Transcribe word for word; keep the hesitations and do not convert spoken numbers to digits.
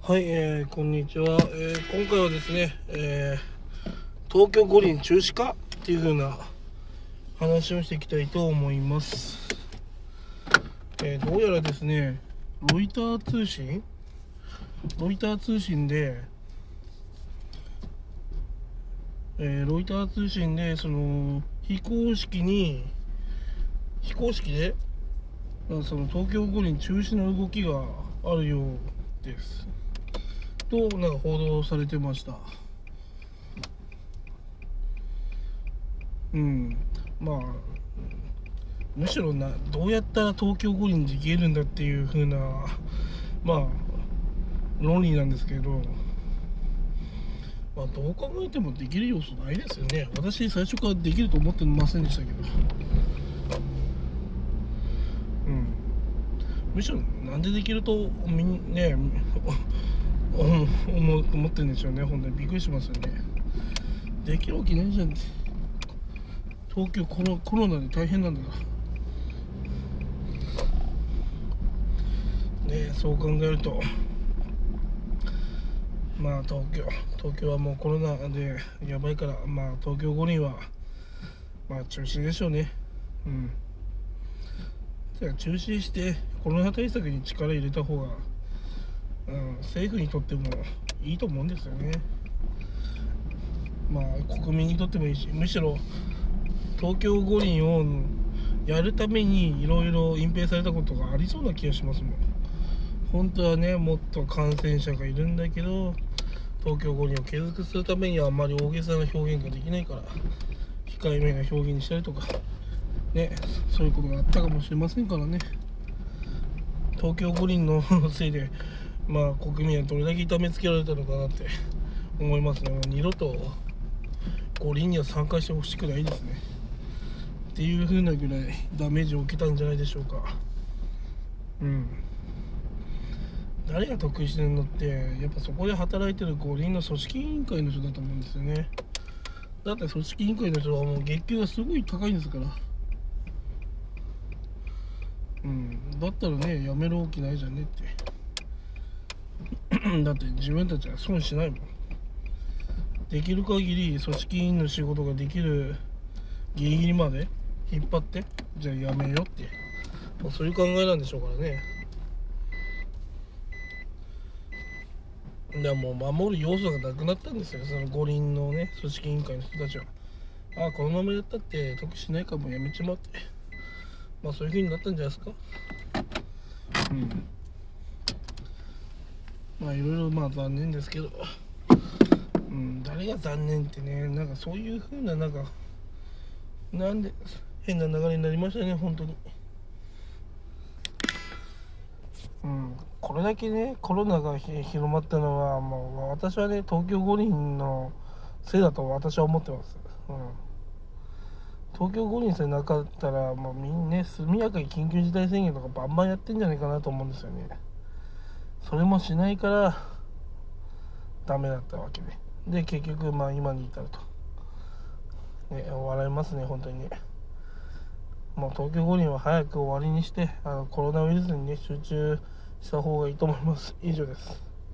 はい、えー、こんにちは、えー、今回はですね、えー、東京五輪中止かっていう風な話をしていきたいと思います。えー、どうやらですね、ロイター通信ロイター通信で、えー、ロイター通信でその非公式に非公式でその東京五輪中止の動きがあるようですとなんか報道されてました。うん、まあむしろなどうやったら東京五輪できるんだっていう風なまあ論理なんですけど、まあ、どう考えてもできる要素ないですよね。私最初からできると思ってませんでしたけど、うん、むしろなんでできるとみんね思思ってるんでしょうね。本当にびっくりしますよね。できるわけないじゃんって。東京コロ、コロナで大変なんだからね。そう考えるとまあ東京東京はもうコロナでやばいから、まあ東京五輪はまあ中止でしょうね。うん。じゃあ中止してコロナ対策に力入れた方が、うん、政府にとってもいいと思うんですよね。まあ国民にとってもいいし、むしろ東京五輪をやるためにいろいろ隠蔽されたことがありそうな気がしますもん。本当はね、もっと感染者がいるんだけど東京五輪を継続するためにはあんまり大げさな表現ができないから控えめな表現にしたりとかね、そういうことがあったかもしれませんからね。東京五輪のせいでまあ国民はどれだけ痛めつけられたのかなって思いますね。二度と五輪には参加してほしくないですねっていう風なぐらいダメージを受けたんじゃないでしょうか。うん。誰が得してるのってやっぱそこで働いてる五輪の組織委員会の人だと思うんですよね。だって組織委員会の人はもう月給がすごい高いんですから。うん、だったらねやめるわけないじゃんねってだって自分たちは損しないもん。できる限り組織委員の仕事ができるギリギリまで引っ張ってじゃあやめようって、まあ、そういう考えなんでしょうからね。だからもう守る要素がなくなったんですよ、その五輪のね組織委員会の人たちは。ああこのままやったって得しないからもうやめちまって、まあそういう風になったんじゃないですか。うん。まあいろいろまあ残念ですけど、うん、誰が残念ってね、なんかそういう風ななんかなんで変な流れになりましたね本当に。うん、これだけねコロナが広まったのはもう私はね東京五輪のせいだと私は思ってます。うん、東京五輪さえなかったらもうみんなね速やかに緊急事態宣言とかバンバンやってんじゃないかなと思うんですよね。それもしないからダメだったわけで、で結局まあ今に至ると、ね、笑いますね本当にね。もう東京五輪は早く終わりにしてあのコロナウイルスにね集中した方がいいと思います。以上です。